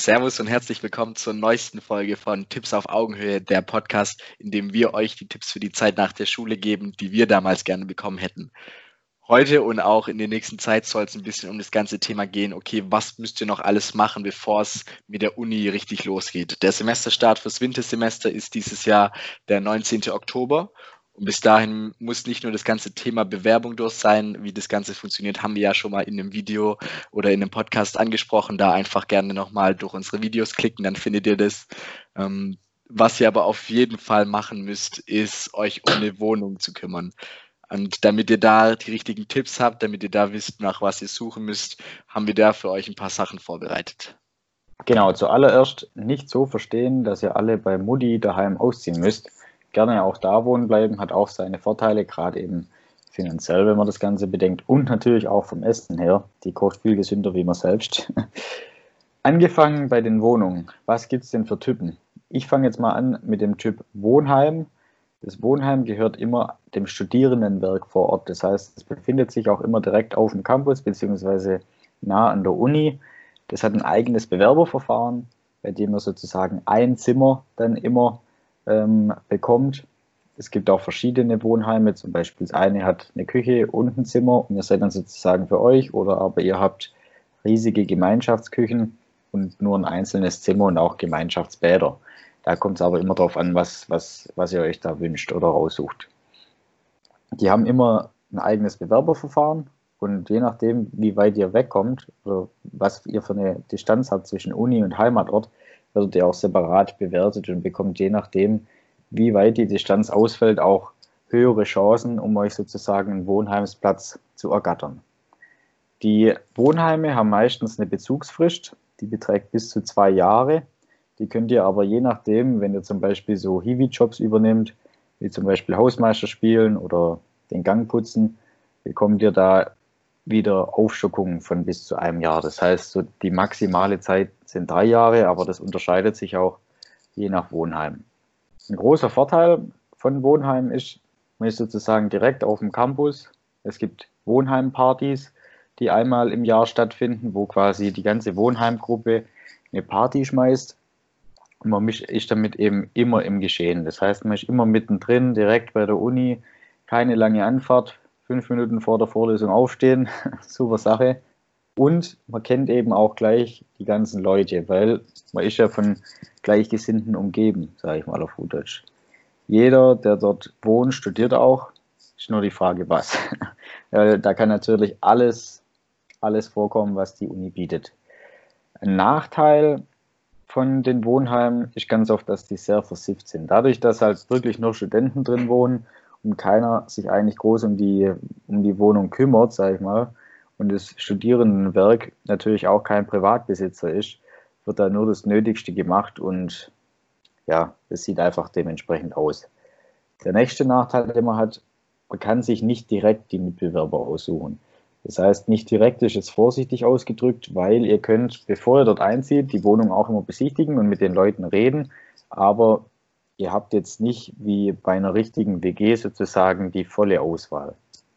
Servus und herzlich willkommen zur neuesten Folge von Tipps auf Augenhöhe, der Podcast, in dem wir euch die Tipps für die Zeit nach der Schule geben, die wir damals gerne bekommen hätten. Heute und auch in der nächsten Zeit soll es ein bisschen um das ganze Thema gehen, okay, was müsst ihr noch alles machen, bevor es mit der Uni richtig losgeht. Der Semesterstart fürs Wintersemester ist dieses Jahr der 19. Oktober. Und bis dahin muss nicht nur das ganze Thema Bewerbung durch sein, wie das Ganze funktioniert, haben wir ja schon mal in einem Video oder in einem Podcast angesprochen. Da einfach gerne nochmal durch unsere Videos klicken, dann findet ihr das. Was ihr aber auf jeden Fall machen müsst, ist euch um eine Wohnung zu kümmern. Und damit ihr da die richtigen Tipps habt, damit ihr da wisst, nach was ihr suchen müsst, haben wir da für euch ein paar Sachen vorbereitet. Genau, zuallererst nicht so verstehen, dass ihr alle bei Mutti daheim ausziehen müsst. Gerne auch da wohnen bleiben, hat auch seine Vorteile, gerade eben finanziell, wenn man das Ganze bedenkt. Und natürlich auch vom Essen her. Die kocht viel gesünder wie man selbst. Angefangen bei den Wohnungen. Was gibt es denn für Typen? Ich fange jetzt mal an mit dem Typ Wohnheim. Das Wohnheim gehört immer dem Studierendenwerk vor Ort. Das heißt, es befindet sich auch immer direkt auf dem Campus bzw. nah an der Uni. Das hat ein eigenes Bewerberverfahren, bei dem man sozusagen ein Zimmer dann immer bekommt. Es gibt auch verschiedene Wohnheime, zum Beispiel das eine hat eine Küche und ein Zimmer und ihr seid dann sozusagen für euch, oder aber ihr habt riesige Gemeinschaftsküchen und nur ein einzelnes Zimmer und auch Gemeinschaftsbäder. Da kommt es aber immer darauf an, was ihr euch da wünscht oder raussucht. Die haben immer ein eigenes Bewerberverfahren und je nachdem, wie weit ihr wegkommt oder was ihr für eine Distanz habt zwischen Uni und Heimatort, werdet ihr auch separat bewertet und bekommt je nachdem, wie weit die Distanz ausfällt, auch höhere Chancen, um euch sozusagen einen Wohnheimsplatz zu ergattern. Die Wohnheime haben meistens eine Bezugsfrist, die beträgt bis zu 2 Jahre. Die könnt ihr aber je nachdem, wenn ihr zum Beispiel so Hiwi-Jobs übernimmt, wie zum Beispiel Hausmeister spielen oder den Gang putzen, bekommt ihr da wieder Aufstockungen von bis zu 1 Jahr. Das heißt, so die maximale Zeit sind 3 Jahre, aber das unterscheidet sich auch je nach Wohnheim. Ein großer Vorteil von Wohnheim ist, man ist sozusagen direkt auf dem Campus. Es gibt Wohnheimpartys, die einmal im Jahr stattfinden, wo quasi die ganze Wohnheimgruppe eine Party schmeißt. Und man ist damit eben immer im Geschehen. Das heißt, man ist immer mittendrin, direkt bei der Uni, keine lange Anfahrt, 5 Minuten vor der Vorlesung aufstehen, super Sache. Und man kennt eben auch gleich die ganzen Leute, weil man ist ja von Gleichgesinnten umgeben, sage ich mal auf gut Deutsch. Jeder, der dort wohnt, studiert auch, ist nur die Frage, was. Da kann natürlich alles vorkommen, was die Uni bietet. Ein Nachteil von den Wohnheimen ist ganz oft, dass die sehr versifft sind. Dadurch, dass halt wirklich nur Studenten drin wohnen und keiner sich eigentlich groß um die Wohnung kümmert, sage ich mal, und das Studierendenwerk natürlich auch kein Privatbesitzer ist, wird da nur das Nötigste gemacht und ja, es sieht einfach dementsprechend aus. Der nächste Nachteil, den man hat, man kann sich nicht direkt die Mitbewerber aussuchen. Das heißt, nicht direkt ist jetzt vorsichtig ausgedrückt, weil ihr könnt, bevor ihr dort einzieht, die Wohnung auch immer besichtigen und mit den Leuten reden, aber ihr habt jetzt nicht wie bei einer richtigen WG sozusagen die volle Auswahl.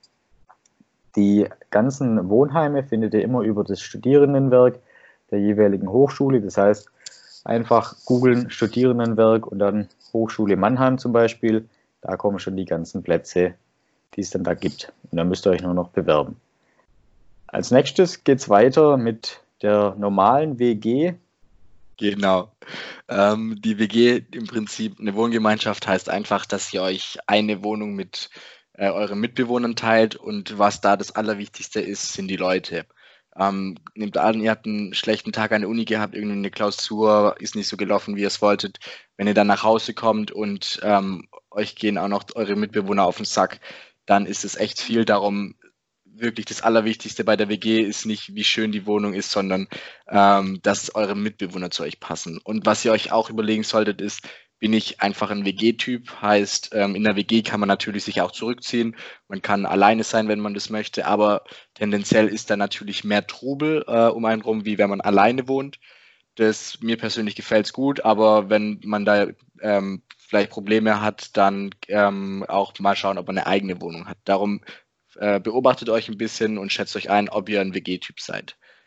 Die ganzen Wohnheime findet ihr immer über das Studierendenwerk der jeweiligen Hochschule. Das heißt, einfach googeln Studierendenwerk und dann Hochschule Mannheim zum Beispiel. Da kommen schon die ganzen Plätze, die es dann da gibt. Und dann müsst ihr euch nur noch bewerben. Als nächstes geht es weiter mit der normalen WG. Genau. Die WG im Prinzip, eine Wohngemeinschaft heißt einfach, dass ihr euch eine Wohnung mit euren Mitbewohnern teilt und was da das Allerwichtigste ist, sind die Leute. Nehmt an, ihr habt einen schlechten Tag an der Uni gehabt, irgendwie eine Klausur ist nicht so gelaufen, wie ihr es wolltet. Wenn ihr dann nach Hause kommt und euch gehen auch noch eure Mitbewohner auf den Sack, dann ist es echt viel. Darum wirklich das Allerwichtigste bei der WG ist nicht, wie schön die Wohnung ist, sondern dass eure Mitbewohner zu euch passen. Und was ihr euch auch überlegen solltet, ist, bin ich einfach ein WG-Typ, heißt, in der WG kann man natürlich sich auch zurückziehen, man kann alleine sein, wenn man das möchte, aber tendenziell ist da natürlich mehr Trubel um einen rum, wie wenn man alleine wohnt. Mir persönlich gefällt es gut, aber wenn man da vielleicht Probleme hat, dann auch mal schauen, ob man eine eigene Wohnung hat. Darum beobachtet euch ein bisschen und schätzt euch ein, ob ihr ein WG-Typ seid.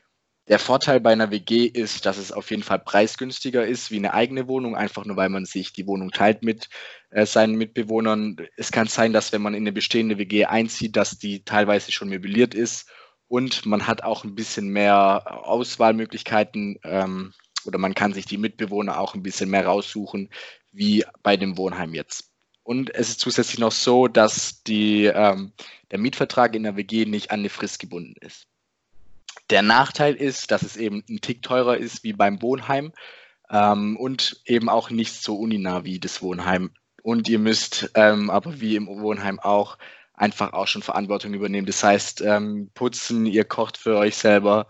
Der Vorteil bei einer WG ist, dass es auf jeden Fall preisgünstiger ist wie eine eigene Wohnung, einfach nur weil man sich die Wohnung teilt mit seinen Mitbewohnern. Es kann sein, dass wenn man in eine bestehende WG einzieht, dass die teilweise schon möbliert ist und man hat auch ein bisschen mehr Auswahlmöglichkeiten oder man kann sich die Mitbewohner auch ein bisschen mehr raussuchen, wie bei dem Wohnheim jetzt. Und es ist zusätzlich noch so, dass der Mietvertrag in der WG nicht an eine Frist gebunden ist. Der Nachteil ist, dass es eben ein Tick teurer ist wie beim Wohnheim und eben auch nicht so uninah wie das Wohnheim. Und ihr müsst aber wie im Wohnheim auch einfach auch schon Verantwortung übernehmen. Das heißt, putzen, ihr kocht für euch selber.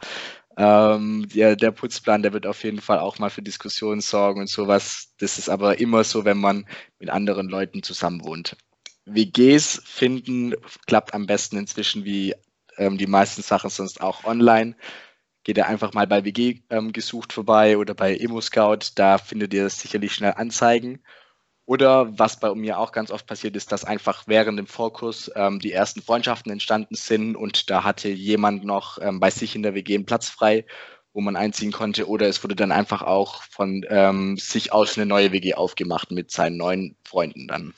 Der Putzplan, der wird auf jeden Fall auch mal für Diskussionen sorgen und sowas. Das ist aber immer so, wenn man mit anderen Leuten zusammen wohnt. WGs finden klappt am besten inzwischen wie die meisten Sachen sonst auch online. Geht ihr einfach mal bei WG gesucht vorbei oder bei ImmoScout, da findet ihr sicherlich schnell Anzeigen. Oder was bei mir auch ganz oft passiert ist, dass einfach während dem Vorkurs die ersten Freundschaften entstanden sind und da hatte jemand noch bei sich in der WG einen Platz frei, wo man einziehen konnte. Oder es wurde dann einfach auch von sich aus eine neue WG aufgemacht mit seinen neuen Freunden dann.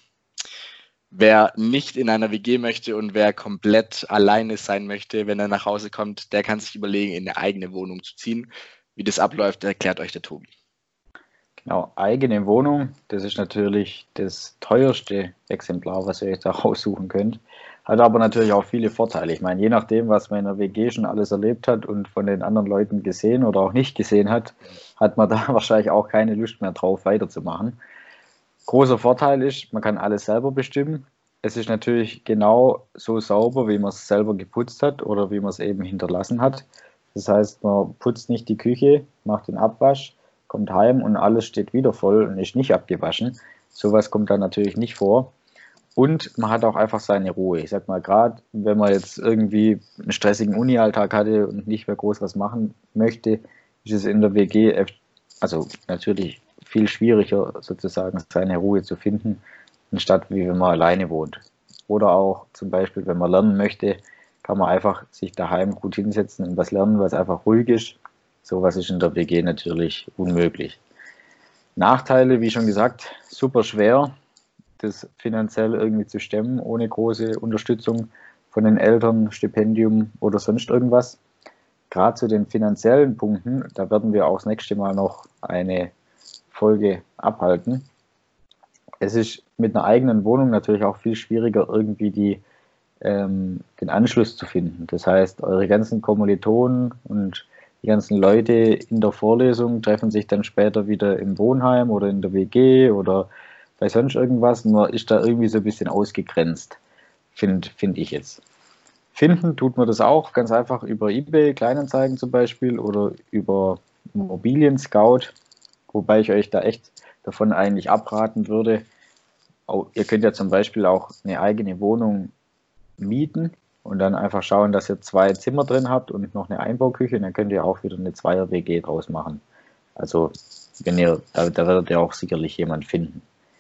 Wer nicht in einer WG möchte und wer komplett alleine sein möchte, wenn er nach Hause kommt, der kann sich überlegen, in eine eigene Wohnung zu ziehen. Wie das abläuft, erklärt euch der Tobi. Genau, eigene Wohnung, das ist natürlich das teuerste Exemplar, was ihr euch da raussuchen könnt. Hat aber natürlich auch viele Vorteile. Ich meine, je nachdem, was man in der WG schon alles erlebt hat und von den anderen Leuten gesehen oder auch nicht gesehen hat, hat man da wahrscheinlich auch keine Lust mehr drauf, weiterzumachen. Großer Vorteil ist, man kann alles selber bestimmen. Es ist natürlich genau so sauber, wie man es selber geputzt hat oder wie man es eben hinterlassen hat. Das heißt, man putzt nicht die Küche, macht den Abwasch, kommt heim und alles steht wieder voll und ist nicht abgewaschen. Sowas kommt dann natürlich nicht vor. Und man hat auch einfach seine Ruhe. Ich sag mal, gerade wenn man jetzt irgendwie einen stressigen Uni-Alltag hatte und nicht mehr groß was machen möchte, ist es in der WG, also natürlich viel schwieriger, sozusagen seine Ruhe zu finden, anstatt wie wenn man alleine wohnt. Oder auch zum Beispiel, wenn man lernen möchte, kann man einfach sich daheim gut hinsetzen und was lernen, was einfach ruhig ist. Sowas ist in der WG natürlich unmöglich. Nachteile, wie schon gesagt, super schwer, das finanziell irgendwie zu stemmen, ohne große Unterstützung von den Eltern, Stipendium oder sonst irgendwas. Gerade zu den finanziellen Punkten, da werden wir auch das nächste Mal noch eine Folge abhalten. Es ist mit einer eigenen Wohnung natürlich auch viel schwieriger, irgendwie den Anschluss zu finden. Das heißt, eure ganzen Kommilitonen und die ganzen Leute in der Vorlesung treffen sich dann später wieder im Wohnheim oder in der WG oder bei sonst irgendwas. Nur ist da irgendwie so ein bisschen ausgegrenzt, finde ich jetzt. Finden tut man das auch ganz einfach über eBay, Kleinanzeigen zum Beispiel oder über Immobilien Scout, wobei ich euch da echt davon eigentlich abraten würde. Ihr könnt ja zum Beispiel auch eine eigene Wohnung mieten und dann einfach schauen, dass ihr 2 Zimmer drin habt und noch eine Einbauküche, und dann könnt ihr auch wieder eine Zweier-WG draus machen. Also da werdet ihr auch sicherlich jemand finden.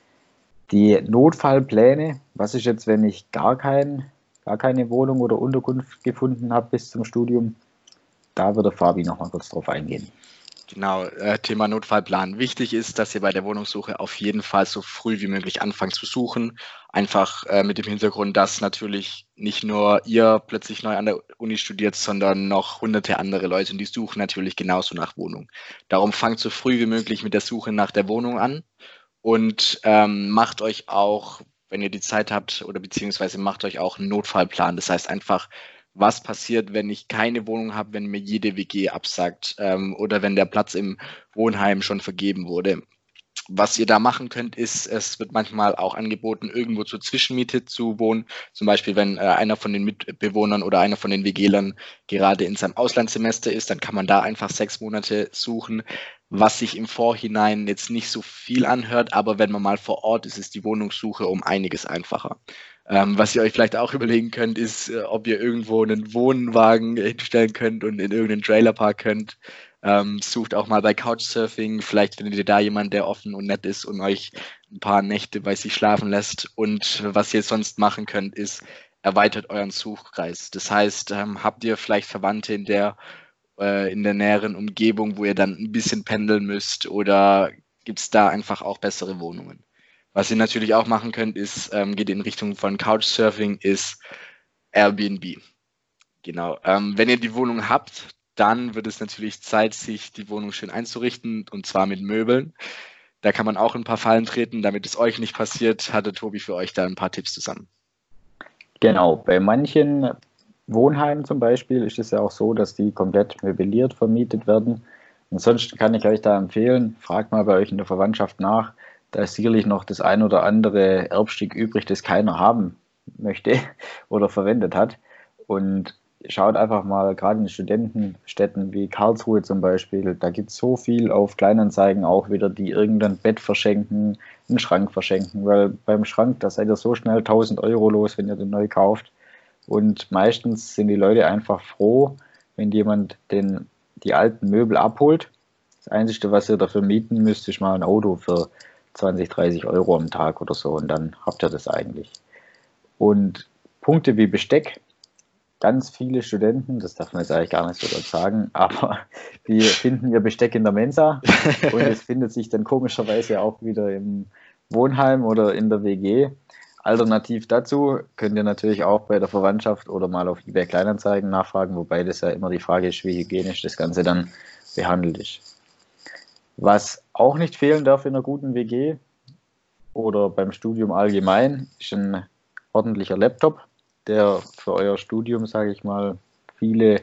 Die Notfallpläne, was ist jetzt, wenn ich gar keine Wohnung oder Unterkunft gefunden habe bis zum Studium? Da wird der Fabi noch mal kurz drauf eingehen. Genau, Thema Notfallplan. Wichtig ist, dass ihr bei der Wohnungssuche auf jeden Fall so früh wie möglich anfangt zu suchen. Einfach mit dem Hintergrund, dass natürlich nicht nur ihr plötzlich neu an der Uni studiert, sondern noch hunderte andere Leute und die suchen natürlich genauso nach Wohnung. Darum fangt so früh wie möglich mit der Suche nach der Wohnung an und macht euch auch, wenn ihr die Zeit habt, oder beziehungsweise macht euch auch einen Notfallplan. Das heißt einfach, was passiert, wenn ich keine Wohnung habe, wenn mir jede WG absagt oder wenn der Platz im Wohnheim schon vergeben wurde. Was ihr da machen könnt, ist, es wird manchmal auch angeboten, irgendwo zur Zwischenmiete zu wohnen. Zum Beispiel, wenn einer von den Mitbewohnern oder einer von den WGlern gerade in seinem Auslandssemester ist, dann kann man da einfach 6 Monate suchen, was sich im Vorhinein jetzt nicht so viel anhört, aber wenn man mal vor Ort ist, ist die Wohnungssuche um einiges einfacher. Was ihr euch vielleicht auch überlegen könnt, ist, ob ihr irgendwo einen Wohnwagen hinstellen könnt und in irgendeinen Trailerpark könnt. Sucht auch mal bei Couchsurfing, vielleicht findet ihr da jemanden, der offen und nett ist und euch ein paar Nächte bei sich schlafen lässt. Und was ihr sonst machen könnt, ist, erweitert euren Suchkreis. Das heißt, habt ihr vielleicht Verwandte in der in der näheren Umgebung, wo ihr dann ein bisschen pendeln müsst, oder gibt es da einfach auch bessere Wohnungen? Was ihr natürlich auch machen könnt, ist, geht in Richtung von Couchsurfing, ist Airbnb. Genau. Wenn ihr die Wohnung habt, dann wird es natürlich Zeit, sich die Wohnung schön einzurichten, und zwar mit Möbeln. Da kann man auch ein paar Fallen treten, damit es euch nicht passiert, hatte Tobi für euch da ein paar Tipps zusammen. Genau, bei manchen Wohnheimen zum Beispiel ist es ja auch so, dass die komplett möbliert vermietet werden. Ansonsten kann ich euch da empfehlen, fragt mal bei euch in der Verwandtschaft nach. Da ist sicherlich noch das ein oder andere Erbstück übrig, das keiner haben möchte oder verwendet hat. Und schaut einfach mal, gerade in Studentenstädten wie Karlsruhe zum Beispiel, da gibt es so viel auf Kleinanzeigen auch wieder, die irgendein Bett verschenken, einen Schrank verschenken, weil beim Schrank, da seid ihr so schnell 1.000 € los, wenn ihr den neu kauft. Und meistens sind die Leute einfach froh, wenn jemand die alten Möbel abholt. Das Einzige, was ihr dafür mieten müsst, ist mal ein Auto für 20, 30 € am Tag oder so, und dann habt ihr das eigentlich. Und Punkte wie Besteck, ganz viele Studenten, das darf man jetzt eigentlich gar nicht so laut sagen, aber die finden ihr Besteck in der Mensa und es findet sich dann komischerweise auch wieder im Wohnheim oder in der WG. Alternativ dazu könnt ihr natürlich auch bei der Verwandtschaft oder mal auf eBay Kleinanzeigen nachfragen, wobei das ja immer die Frage ist, wie hygienisch das Ganze dann behandelt ist. Was auch nicht fehlen darf in einer guten WG oder beim Studium allgemein, ist ein ordentlicher Laptop, der für euer Studium, sage ich mal, viele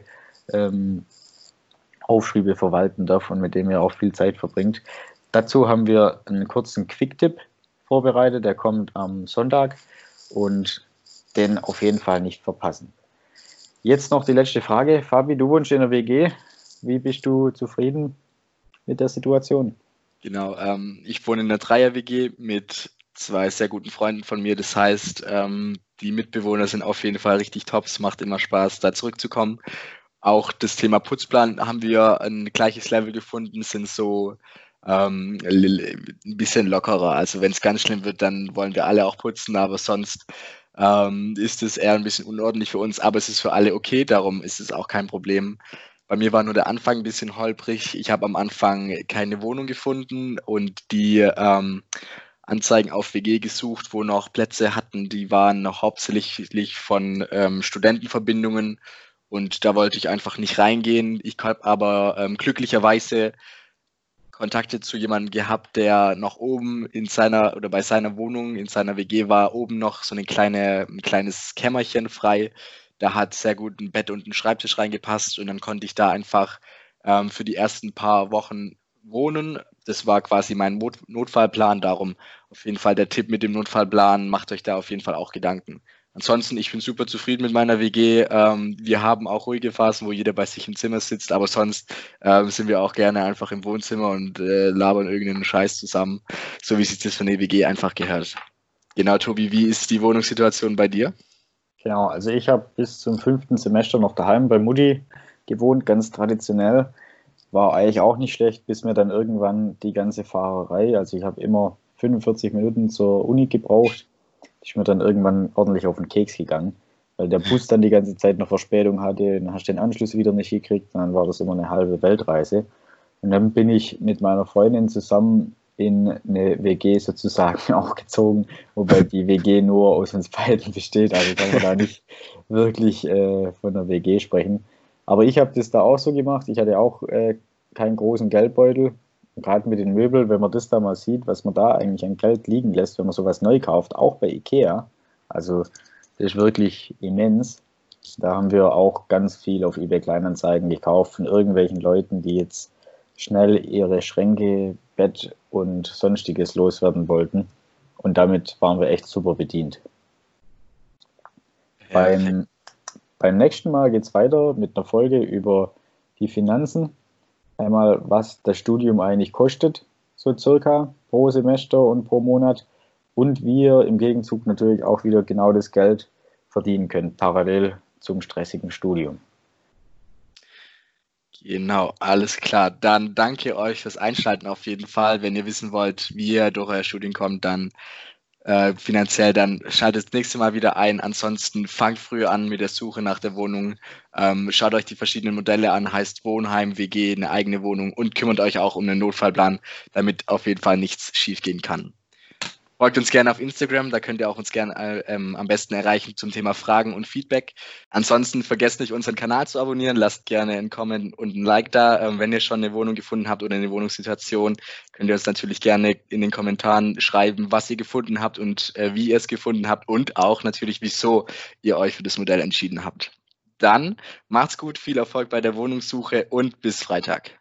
Aufschriebe verwalten darf und mit dem ihr auch viel Zeit verbringt. Dazu haben wir einen kurzen Quick-Tipp vorbereitet, der kommt am Sonntag, und den auf jeden Fall nicht verpassen. Jetzt noch die letzte Frage. Fabi, du wohnst in der WG. Wie bist du zufrieden mit der Situation? Genau, ich wohne in einer Dreier-WG mit 2 sehr guten Freunden von mir. Das heißt, die Mitbewohner sind auf jeden Fall richtig top. Es macht immer Spaß, da zurückzukommen. Auch das Thema Putzplan haben wir ein gleiches Level gefunden, sind so ein bisschen lockerer. Also wenn es ganz schlimm wird, dann wollen wir alle auch putzen, aber sonst ist es eher ein bisschen unordentlich für uns, aber es ist für alle okay, darum ist es auch kein Problem. Bei mir war nur der Anfang ein bisschen holprig. Ich habe am Anfang keine Wohnung gefunden, und die Anzeigen auf WG gesucht, wo noch Plätze hatten, die waren noch hauptsächlich von Studentenverbindungen, und da wollte ich einfach nicht reingehen. Ich habe aber glücklicherweise Kontakte zu jemandem gehabt, der noch oben in seiner oder bei seiner Wohnung, in seiner WG war, oben noch so ein kleines Kämmerchen frei. Da hat sehr gut ein Bett und ein Schreibtisch reingepasst, und dann konnte ich da einfach für die ersten paar Wochen wohnen. Das war quasi mein Notfallplan. Darum auf jeden Fall der Tipp mit dem Notfallplan, macht euch da auf jeden Fall auch Gedanken. Ansonsten, ich bin super zufrieden mit meiner WG. Wir haben auch ruhige Phasen, wo jeder bei sich im Zimmer sitzt, aber sonst sind wir auch gerne einfach im Wohnzimmer und labern irgendeinen Scheiß zusammen, so wie sich das für eine WG einfach gehört. Genau, Tobi, wie ist die Wohnungssituation bei dir? Genau, also ich habe bis zum 5. Semester noch daheim bei Mutti gewohnt, ganz traditionell. War eigentlich auch nicht schlecht, bis mir dann irgendwann die ganze Fahrerei, also ich habe immer 45 Minuten zur Uni gebraucht, ist mir dann irgendwann ordentlich auf den Keks gegangen, weil der Bus dann die ganze Zeit noch Verspätung hatte, dann hast du den Anschluss wieder nicht gekriegt, dann war das immer eine halbe Weltreise. Und dann bin ich mit meiner Freundin zusammen in eine WG sozusagen auch gezogen, wobei die WG nur aus uns beiden besteht, also kann man da nicht wirklich von einer WG sprechen. Aber ich habe das da auch so gemacht, ich hatte auch keinen großen Geldbeutel. Gerade mit den Möbeln, wenn man das da mal sieht, was man da eigentlich an Geld liegen lässt, wenn man sowas neu kauft, auch bei Ikea, also das ist wirklich immens. Da haben wir auch ganz viel auf eBay Kleinanzeigen gekauft von irgendwelchen Leuten, die jetzt schnell ihre Schränke, Bett und sonstiges loswerden wollten. Und damit waren wir echt super bedient. Perfekt. Beim nächsten Mal geht es weiter mit einer Folge über die Finanzen. Einmal, was das Studium eigentlich kostet, so circa pro Semester und pro Monat. Und wie ihr im Gegenzug natürlich auch wieder genau das Geld verdienen könnt, parallel zum stressigen Studium. Genau, alles klar. Dann danke euch fürs Einschalten auf jeden Fall. Wenn ihr wissen wollt, wie ihr durch euer Studium kommt, dann finanziell, dann schaltet das nächste Mal wieder ein. Ansonsten fangt früh an mit der Suche nach der Wohnung. Schaut euch die verschiedenen Modelle an, heißt Wohnheim, WG, eine eigene Wohnung und kümmert euch auch um einen Notfallplan, damit auf jeden Fall nichts schiefgehen kann. Folgt uns gerne auf Instagram, da könnt ihr auch uns gerne am besten erreichen zum Thema Fragen und Feedback. Ansonsten vergesst nicht, unseren Kanal zu abonnieren, lasst gerne einen Comment und ein Like da. Wenn ihr schon eine Wohnung gefunden habt oder eine Wohnungssituation, könnt ihr uns natürlich gerne in den Kommentaren schreiben, was ihr gefunden habt und wie ihr es gefunden habt und auch natürlich, wieso ihr euch für das Modell entschieden habt. Dann macht's gut, viel Erfolg bei der Wohnungssuche und bis Freitag.